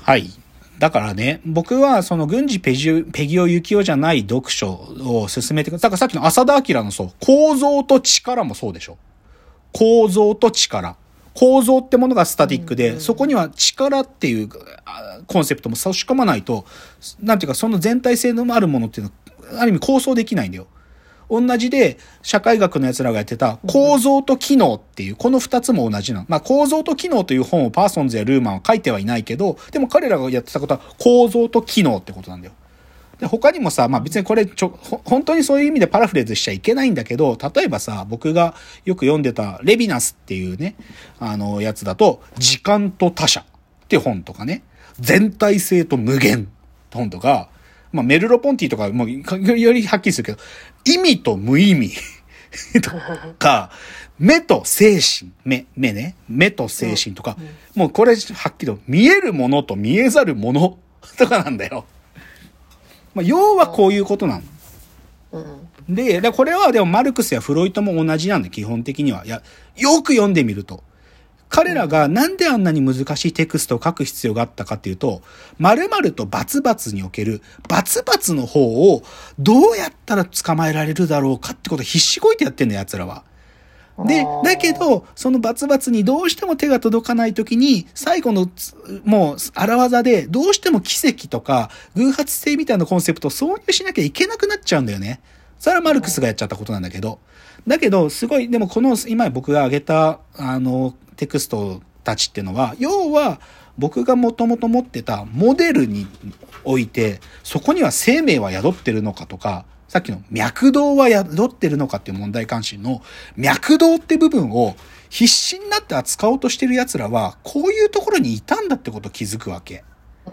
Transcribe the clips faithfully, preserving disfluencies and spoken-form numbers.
はい。だからね、僕はその郡司ペギオ、ペギオ幸雄じゃない読書を進めてくる。だからさっきの浅田明のそう、構造と力もそうでしょ。構造と力。構造ってものがスタティックで、うんうん、そこには力っていうコンセプトも差し込まないと、なんていうかその全体性のあるものっていうのは、ある意味構想できないんだよ。同じで、社会学の奴らがやってた構造と機能っていう、この二つも同じなの。まあ構造と機能という本をパーソンズやルーマンは書いてはいないけど、でも彼らがやってたことは構造と機能ってことなんだよ。で、他にもさ、まあ別にこれちょ、本当にそういう意味でパラフレーズしちゃいけないんだけど、例えばさ、僕がよく読んでたレヴィナスっていうね、あのやつだと、時間と他者っていう本とかね、全体性と無限って本とか、まあメルロポンティとかもうよりはっきりするけど、意味と無意味とか、目と精神、目、目ね、目と精神とか、うんうん、もうこれはっきりと見えるものと見えざるものとかなんだよ。まあ、要はこういうことなの。うん、で、でこれはでもマルクスやフロイトも同じなんで、基本的には。いや、よく読んでみると。彼らがなんであんなに難しいテクストを書く必要があったかっていうと、〇〇とバツバツにおけるバツバツの方をどうやったら捕まえられるだろうかってことを必死こいてやってんだよ、奴らは。で、だけど、そのバツバツにどうしても手が届かないときに、最後の、もう、荒技で、どうしても奇跡とか、偶発性みたいなコンセプトを挿入しなきゃいけなくなっちゃうんだよね。それはマルクスがやっちゃったことなんだけど。だけど、すごい、でもこの、今僕が挙げた、あの、テクストたちっていうのは、要は、僕がもともと持ってたモデルにおいて、そこには生命は宿ってるのかとか、さっきの脈動は宿ってるのかっていう問題関心の脈動って部分を必死になって扱おうとしてる奴らはこういうところにいたんだってことを気づくわけ。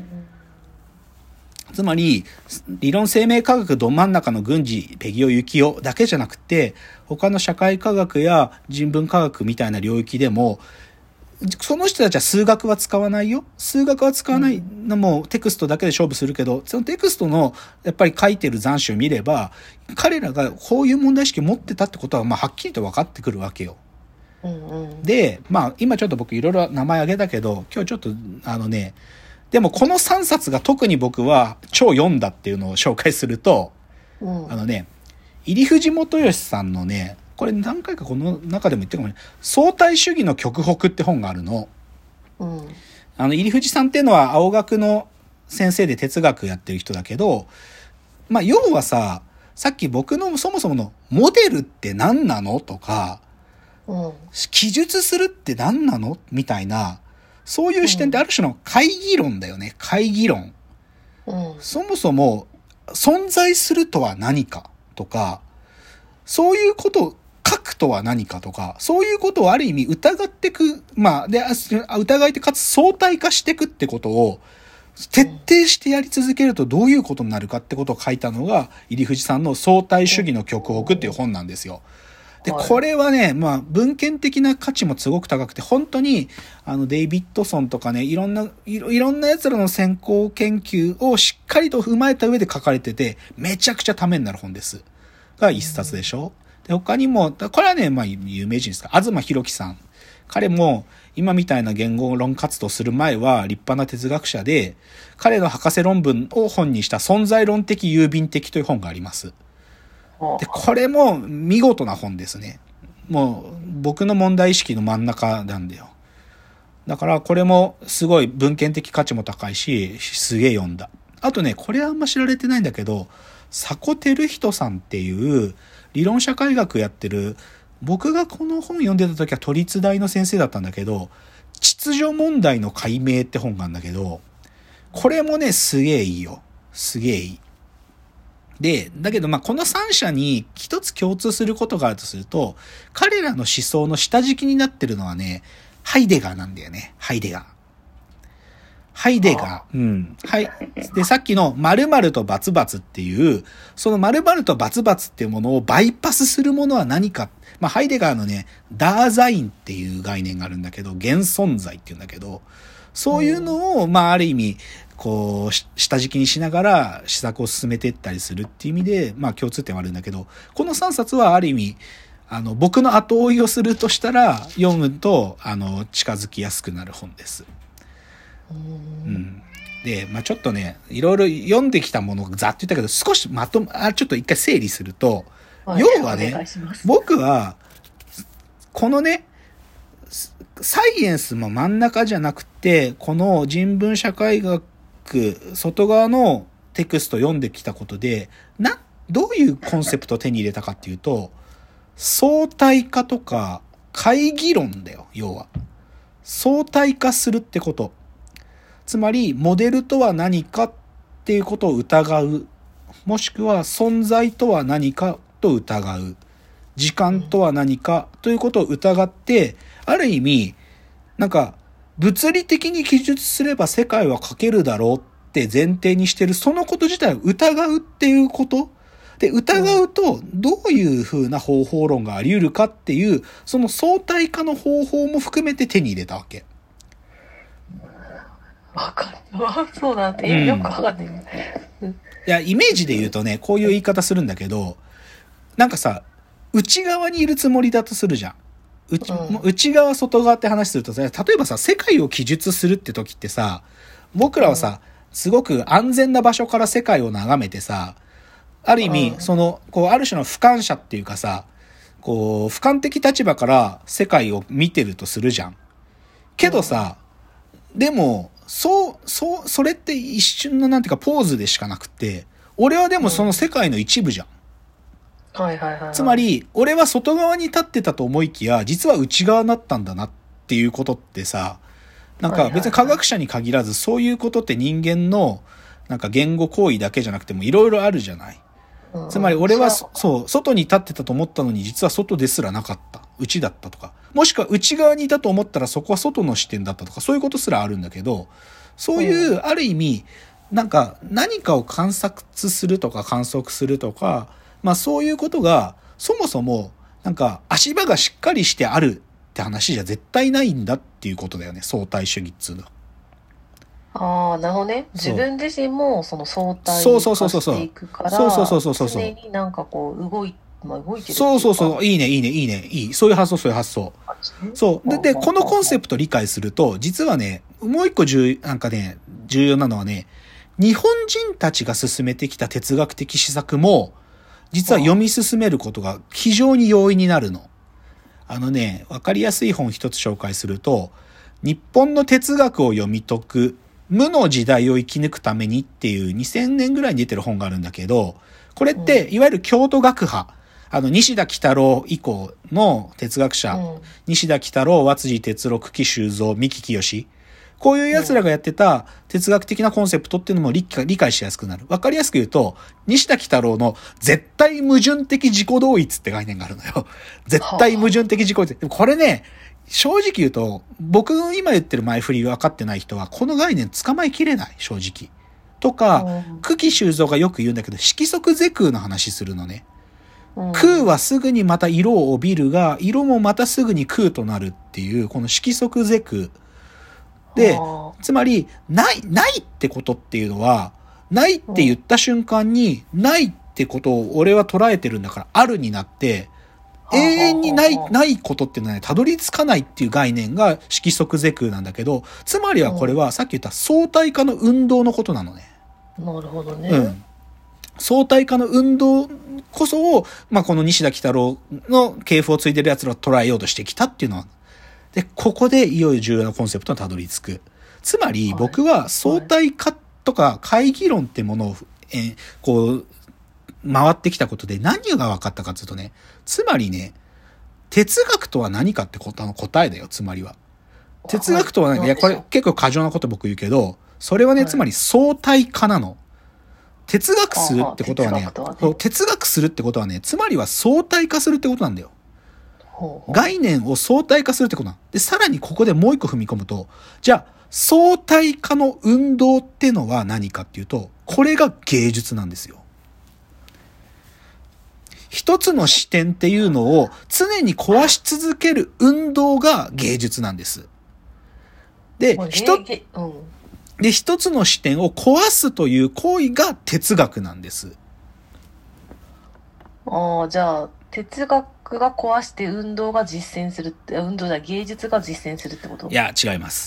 つまり理論生命科学ど真ん中の郡司ペギオ幸雄だけじゃなくて他の社会科学や人文科学みたいな領域でもその人たちは数学は使わないよ。数学は使わないのもテクストだけで勝負するけど、そのテクストのやっぱり書いてる残暑を見れば、彼らがこういう問題意識を持ってたってことは、まあはっきりと分かってくるわけよ。うんうん、で、まあ今ちょっと僕いろいろ名前挙げたけど、今日ちょっとあのね、でもこのさんさつが特に僕は超読んだっていうのを紹介すると、うん、あのね、入藤元義さんのね、これ何回かこの中でも言ってるかもね、相対主義の極北って本があるの。うん、あの、入藤さんっていうのは青学の先生で哲学やってる人だけど、まあ、要はさ、さっき僕のそもそものモデルって何なのとか、うん、記述するって何なのみたいな、そういう視点ってある種の懐疑論だよね。懐疑論。うん、そもそも存在するとは何かとか、そういうことを書くとは何かとか、そういうことをある意味疑ってく、まあ、で、疑いてかつ相対化してくってことを徹底してやり続けるとどういうことになるかってことを書いたのが、入藤さんの相対主義の極北っていう本なんですよ。で、これはね、まあ、文献的な価値もすごく高くて、本当に、あの、デイビッドソンとかね、いろんな、いろ、いろんな奴らの先行研究をしっかりと踏まえた上で書かれてて、めちゃくちゃためになる本です。が一冊でしょ。で、他にも、これはね、まあ、有名人ですか。東博樹さん。彼も、今みたいな言語論活動する前は立派な哲学者で、彼の博士論文を本にした存在論的郵便的という本があります。で、これも見事な本ですね。もう、僕の問題意識の真ん中なんだよ。だからこれもすごい文献的価値も高いし、すげえ読んだ。あとね、これあんま知られてないんだけど、佐古照人さんっていう理論社会学やってる、僕がこの本読んでた時は都立大の先生だったんだけど、秩序問題の解明って本があるんだけど、これもね、すげえいいよ。すげえいい。で、だけどまあこのさん社に一つ共通することがあるとすると、彼らの思想の下敷きになってるのはね、ハイデガーなんだよね。ハイデガー。ハイデガー。うん。はい。で、さっきの〇〇とバツバツっていう、その〇〇とバツバツっていうものをバイパスするものは何か。まあ、ハイデガーのね、ダーザインっていう概念があるんだけど、現存在っていうんだけど、そういうのを、まあ、ある意味、こう、下敷きにしながら施策を進めていったりするっていう意味で、まあ、共通点はあるんだけど、このさんさつはある意味、あの、僕の後追いをするとしたら、読むと、あの、近づきやすくなる本です。うん、 で、まあ、ちょっとね、いろいろ読んできたものをざっと言ったけど、少しまとめ、あ、ちょっと一回整理すると、 はい、 要はね、僕は、このね、サイエンスも真ん中じゃなくて、この人文社会学、外側のテクストを読んできたことで、な、どういうコンセプトを手に入れたかっていうと、相対化とか、懐疑論だよ、要は。相対化するってこと。つまり、モデルとは何かっていうことを疑う。もしくは、存在とは何かと疑う。時間とは何かということを疑って、ある意味、なんか、物理的に記述すれば世界は書けるだろうって前提にしてる、そのこと自体を疑うっていうこと。で、疑うと、どういう風な方法論があり得るかっていう、その相対化の方法も含めて手に入れたわけ。 わかる。そうなんて、よくわかんない、うん。いや、イメージで言うとね、こういう言い方するんだけど、なんかさ、内側にいるつもりだとするじゃん。内、うん、内側外側って話するとさ、例えばさ、世界を記述するって時ってさ、僕らはさ、すごく安全な場所から世界を眺めてさ、ある意味、その、こう、ある種の俯瞰者っていうかさ、こう、俯瞰的立場から世界を見てるとするじゃん。けどさ、でも、そう、そう、それって一瞬のなんていうかポーズでしかなくて、俺はでもその世界の一部じゃん。 はいはいはいはい。 つまり、俺は外側に立ってたと思いきや、実は内側だったんだなっていうことってさ、なんか別に科学者に限らず、そういうことって人間の、なんか言語行為だけじゃなくてもいろいろあるじゃない。つまり俺は、そう、外に立ってたと思ったのに実は外ですらなかった。内だったとか。もしくは内側にいたと思ったらそこは外の視点だったとか、そういうことすらあるんだけど、そういう、ある意味、なんか何かを観察するとか観測するとか、まあそういうことが、そもそも、なんか足場がしっかりしてあるって話じゃ絶対ないんだっていうことだよね、相対主義っつうのは。 ああ、なるほどね。自分自身もその相対化していくから、 そうそうそうそうそうそう。 常になんかこう動い、まあ動いてるっていうか。 そうそうそう。いいね、いいね、いいね、いい。そういう発想、そういう発想。そう。で、で、このコンセプト理解すると、実はね、もう一個重、なんかね、重要なのはね、日本人たちが進めてきた哲学的施策も、実は読み進めることが非常に容易になるの。あのね、わかりやすい本一つ紹介すると、日本の哲学を読み解く、無の時代を生き抜くためにっていうにせんねんぐらいに出てる本があるんだけど、これっていわゆる京都学派、あの西田幾多郎以降の哲学者、うん、西田幾多郎、和辻哲郎、久喜修造、三木清、こういう奴らがやってた哲学的なコンセプトっていうのも理解、理解しやすくなる。わかりやすく言うと、西田幾多郎の絶対矛盾的自己同一って概念があるのよ。絶対矛盾的自己同一。でもこれね、正直言うと、僕の今言ってる前振り分かってない人は、この概念捕まえきれない、正直。とか、久喜修造がよく言うんだけど、色即是空の話するのね。空はすぐにまた色を帯びるが、色もまたすぐに空となるっていう、この色即是空。で、つまり、ない、ないってことっていうのは、ないって言った瞬間に、ないってことを俺は捉えてるんだから、あるになって、永遠にない、ないことっていうのはね、たどり着かないっていう概念が色即是空なんだけど、つまりはこれはさっき言った相対化の運動のことなのね。 なるほどね。 うん。相対化の運動こそを、まあ、この西田幾多郎の系譜を継いでる奴らを捉えようとしてきたっていうのは、で、ここでいよいよ重要なコンセプトにたどり着く。つまり僕は相対化とか懐疑論ってものを、えー、こう、回ってきたことで何が分かったかというとね、つまりね、哲学とは何かってことの答えだよ、つまりは。哲学とは何か、いや、これ結構過剰なこと僕言うけど、それはね、つまり相対化なの。哲学するってことはね、哲学するってことはね、つまりは相対化するってことなんだよ。概念を相対化するってことなんで、さらにここでもう一個踏み込むと、じゃあ、相対化の運動ってのは何かっていうと、これが芸術なんですよ。一つの視点っていうのを常に壊し続ける運動が芸術なんです。で、一、で、一つの視点を壊すという行為が哲学なんです。 ああ、じゃあ、哲学が壊して運動が実践するって、運動じゃ芸術が実践するってこと？ いや、違います。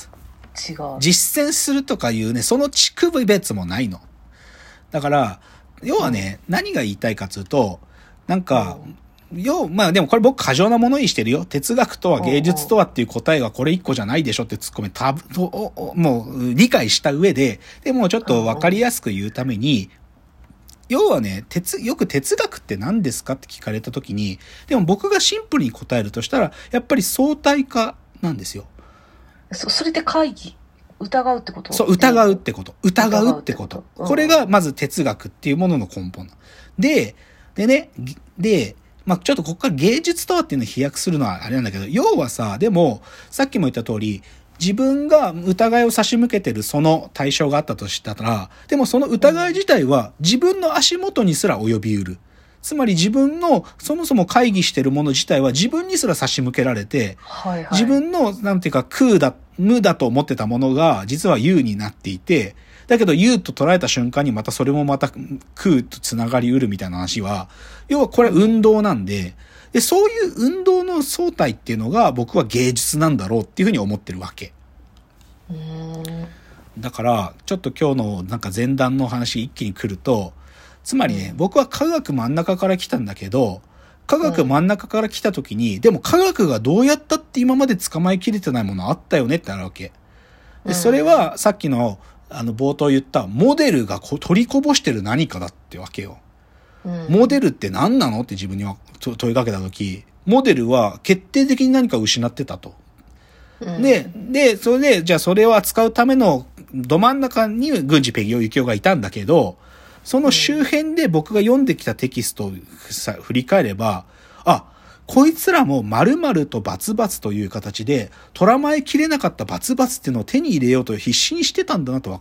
違う。 実践するとかいうね、その区別もないの。だから、要はね、うん、何が言いたいかというと、なんか、うん、要、まあでもこれ僕過剰なものにしてるよ。哲学とは芸術とはっていう答えがこれ一個じゃないでしょって突っ込め、たぶ、もう理解した上で、でもちょっとわかりやすく言うために、要はね、哲、よく哲学って何ですかって聞かれたときに、でも僕がシンプルに答えるとしたら、やっぱり相対化なんですよ。 そ、それで会議疑うってこと？ そう、疑うってこと。疑うってこと。うん、これがまず哲学っていうものの根本。で、でね、で、まあ、ちょっとここから芸術とはっていうのを飛躍するのはあれなんだけど、要はさ、でも、さっきも言った通り、自分が疑いを差し向けてるその対象があったとしたら、でもその疑い自体は自分の足元にすら及びうる。つまり自分のそもそも会議してるもの自体は自分にすら差し向けられて、 はいはい、 自分のなんていうか空だ、無だと思ってたものが実は有になっていて、だけど有と捉えた瞬間にまたそれもまた空とつながりうるみたいな話は、要はこれ運動なんで、で、そういう運動の相対っていうのが僕は芸術なんだろうっていうふうに思ってるわけ。 うーん、 だから、ちょっと今日のなんか前段の話一気に来ると、つまりね、僕は科学真ん中から来たんだけど、科学真ん中から来た時に、でも科学がどうやったって今まで捕まえきれてないものあったよねってなるわけ。で、それはさっきのあの冒頭言ったモデルがこ取りこぼしてる何かだってわけよ。モデルって何なのって自分には問いかけた時、モデルは決定的に何かを失ってたと。で、で、それで、じゃあそれを扱うためのど真ん中に郡司ペギオ幸男がいたんだけど、その周辺で僕が読んできたテキストをさ振り返れば、あ、こいつらも〇〇とバツバツという形で、捉まえきれなかったバツバツっていうのを手に入れようと必死にしてたんだなと分